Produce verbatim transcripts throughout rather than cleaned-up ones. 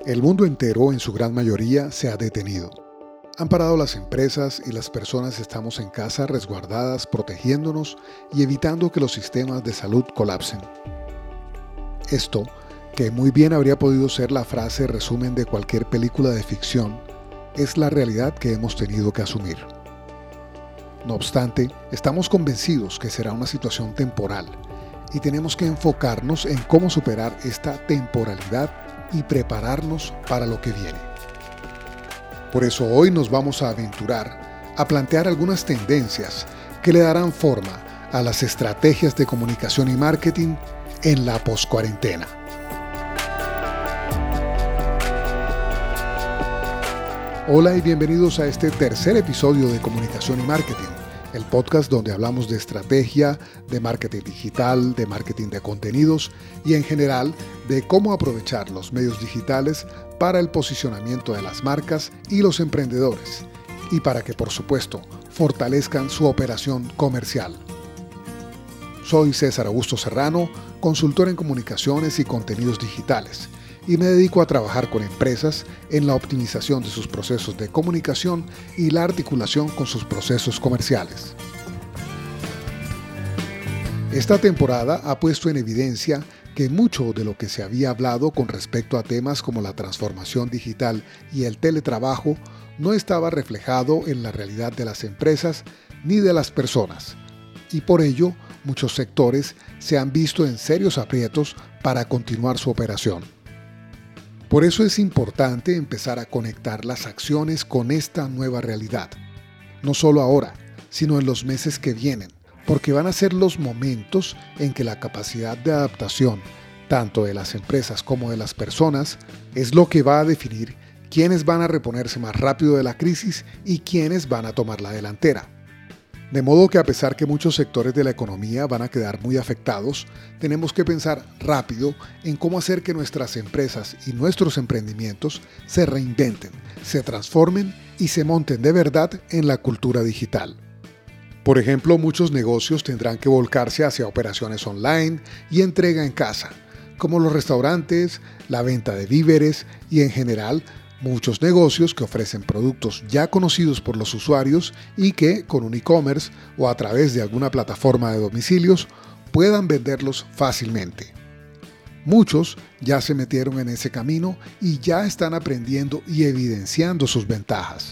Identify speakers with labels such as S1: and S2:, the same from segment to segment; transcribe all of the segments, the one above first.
S1: El mundo entero, en su gran mayoría, se ha detenido. Han parado las empresas y las personas estamos en casa resguardadas, protegiéndonos y evitando que los sistemas de salud colapsen. Esto, que muy bien habría podido ser la frase resumen de cualquier película de ficción, es la realidad que hemos tenido que asumir. No obstante, estamos convencidos que será una situación temporal y tenemos que enfocarnos en cómo superar esta temporalidad y prepararnos para lo que viene. Por eso hoy nos vamos a aventurar a plantear algunas tendencias que le darán forma a las estrategias de comunicación y marketing en la poscuarentena. Hola y bienvenidos a este tercer episodio de Comunicación y Marketing, el podcast donde hablamos de estrategia, de marketing digital, de marketing de contenidos y en general de cómo aprovechar los medios digitales para el posicionamiento de las marcas y los emprendedores y para que, por supuesto, fortalezcan su operación comercial. Soy César Augusto Serrano, consultor en comunicaciones y contenidos digitales, y me dedico a trabajar con empresas en la optimización de sus procesos de comunicación y la articulación con sus procesos comerciales. Esta temporada ha puesto en evidencia que mucho de lo que se había hablado con respecto a temas como la transformación digital y el teletrabajo no estaba reflejado en la realidad de las empresas ni de las personas, y por ello muchos sectores se han visto en serios aprietos para continuar su operación. Por eso es importante empezar a conectar las acciones con esta nueva realidad, no solo ahora, sino en los meses que vienen, porque van a ser los momentos en que la capacidad de adaptación, tanto de las empresas como de las personas, es lo que va a definir quiénes van a reponerse más rápido de la crisis y quiénes van a tomar la delantera. De modo que a pesar que muchos sectores de la economía van a quedar muy afectados, tenemos que pensar rápido en cómo hacer que nuestras empresas y nuestros emprendimientos se reinventen, se transformen y se monten de verdad en la cultura digital. Por ejemplo, muchos negocios tendrán que volcarse hacia operaciones online y entrega en casa, como los restaurantes, la venta de víveres y en general muchos negocios que ofrecen productos ya conocidos por los usuarios y que, con un e-commerce o a través de alguna plataforma de domicilios, puedan venderlos fácilmente. Muchos ya se metieron en ese camino y ya están aprendiendo y evidenciando sus ventajas.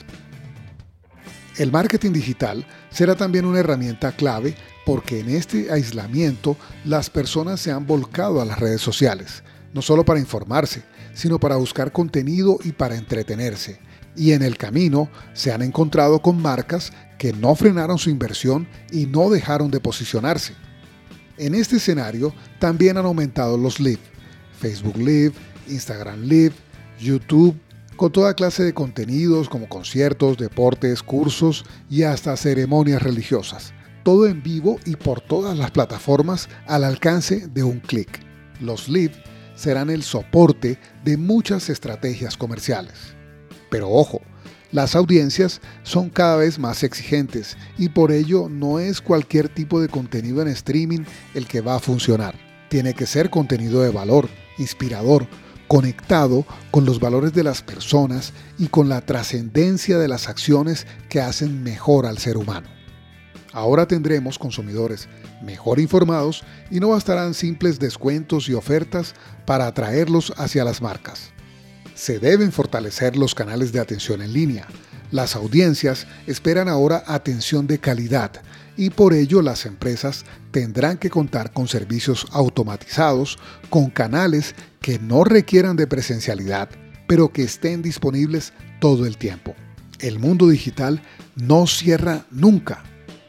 S1: El marketing digital será también una herramienta clave porque en este aislamiento las personas se han volcado a las redes sociales, no solo para informarse, sino para buscar contenido y para entretenerse. Y en el camino se han encontrado con marcas que no frenaron su inversión y no dejaron de posicionarse. En este escenario también han aumentado los Live, Facebook Live, Instagram Live, YouTube, con toda clase de contenidos como conciertos, deportes, cursos y hasta ceremonias religiosas. Todo en vivo y por todas las plataformas al alcance de un clic. Los Live serán el soporte de muchas estrategias comerciales. Pero ojo, las audiencias son cada vez más exigentes y por ello no es cualquier tipo de contenido en streaming el que va a funcionar. Tiene que ser contenido de valor, inspirador, conectado con los valores de las personas y con la trascendencia de las acciones que hacen mejor al ser humano. Ahora tendremos consumidores mejor informados y no bastarán simples descuentos y ofertas para atraerlos hacia las marcas. Se deben fortalecer los canales de atención en línea. Las audiencias esperan ahora atención de calidad y por ello las empresas tendrán que contar con servicios automatizados, con canales que no requieran de presencialidad, pero que estén disponibles todo el tiempo. El mundo digital no cierra nunca.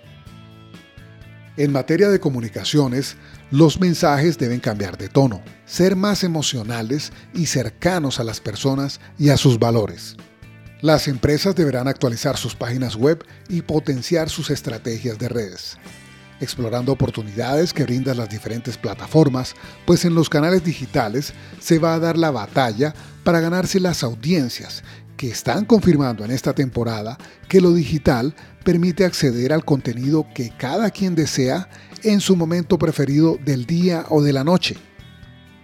S1: En materia de comunicaciones, los mensajes deben cambiar de tono, ser más emocionales y cercanos a las personas y a sus valores. Las empresas deberán actualizar sus páginas web y potenciar sus estrategias de redes, explorando oportunidades que brindan las diferentes plataformas, pues en los canales digitales se va a dar la batalla para ganarse las audiencias que están confirmando en esta temporada que lo digital permite acceder al contenido que cada quien desea en su momento preferido del día o de la noche.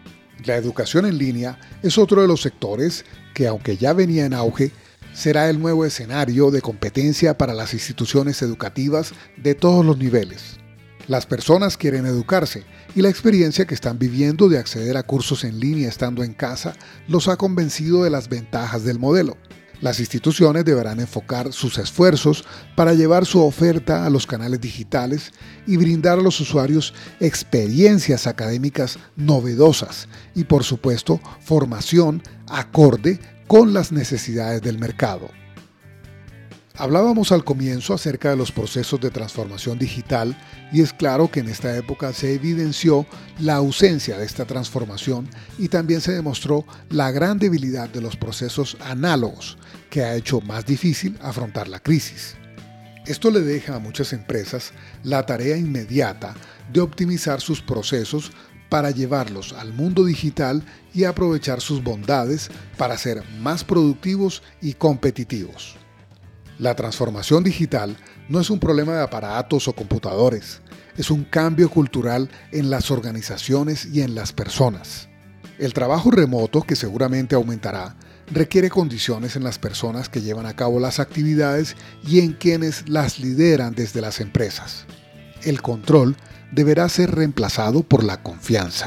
S1: La educación en línea es otro de los sectores que, aunque ya venía en auge, será el nuevo escenario de competencia para las instituciones educativas de todos los niveles. Las personas quieren educarse y la experiencia que están viviendo de acceder a cursos en línea estando en casa los ha convencido de las ventajas del modelo. Las instituciones deberán enfocar sus esfuerzos para llevar su oferta a los canales digitales y brindar a los usuarios experiencias académicas novedosas y, por supuesto, formación acorde con las necesidades del mercado. Hablábamos al comienzo acerca de los procesos de transformación digital y es claro que en esta época se evidenció la ausencia de esta transformación y también se demostró la gran debilidad de los procesos análogos que ha hecho más difícil afrontar la crisis. Esto le deja a muchas empresas la tarea inmediata de optimizar sus procesos para llevarlos al mundo digital y aprovechar sus bondades para ser más productivos y competitivos. La transformación digital no es un problema de aparatos o computadores, es un cambio cultural en las organizaciones y en las personas. El trabajo remoto, que seguramente aumentará, requiere condiciones en las personas que llevan a cabo las actividades y en quienes las lideran desde las empresas. El control deberá ser reemplazado por la confianza.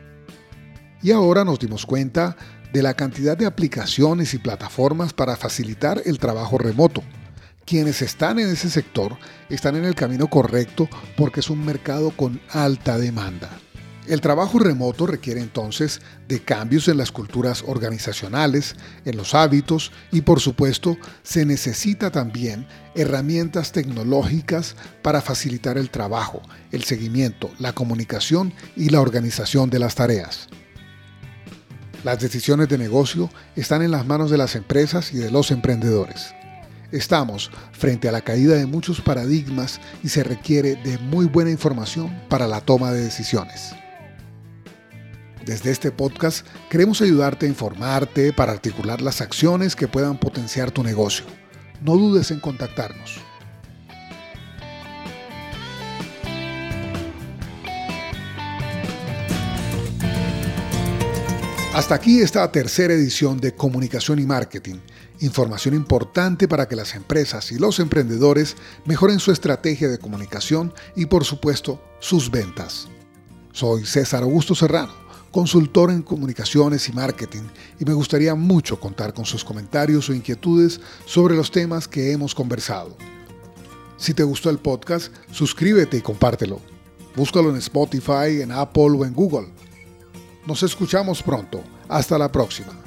S1: Y ahora nos dimos cuenta de la cantidad de aplicaciones y plataformas para facilitar el trabajo remoto. Quienes están en ese sector están en el camino correcto porque es un mercado con alta demanda. El trabajo remoto requiere entonces de cambios en las culturas organizacionales, en los hábitos y, por supuesto, se necesita también herramientas tecnológicas para facilitar el trabajo, el seguimiento, la comunicación y la organización de las tareas. Las decisiones de negocio están en las manos de las empresas y de los emprendedores. Estamos frente a la caída de muchos paradigmas y se requiere de muy buena información para la toma de decisiones. Desde este podcast queremos ayudarte a informarte para articular las acciones que puedan potenciar tu negocio. No dudes en contactarnos. Hasta aquí esta tercera edición de Comunicación y Marketing, información importante para que las empresas y los emprendedores mejoren su estrategia de comunicación y, por supuesto, sus ventas. Soy César Augusto Serrano, consultor en comunicaciones y marketing, y me gustaría mucho contar con sus comentarios o inquietudes sobre los temas que hemos conversado. Si te gustó el podcast, suscríbete y compártelo. Búscalo en Spotify, en Apple o en Google. Nos escuchamos pronto. Hasta la próxima.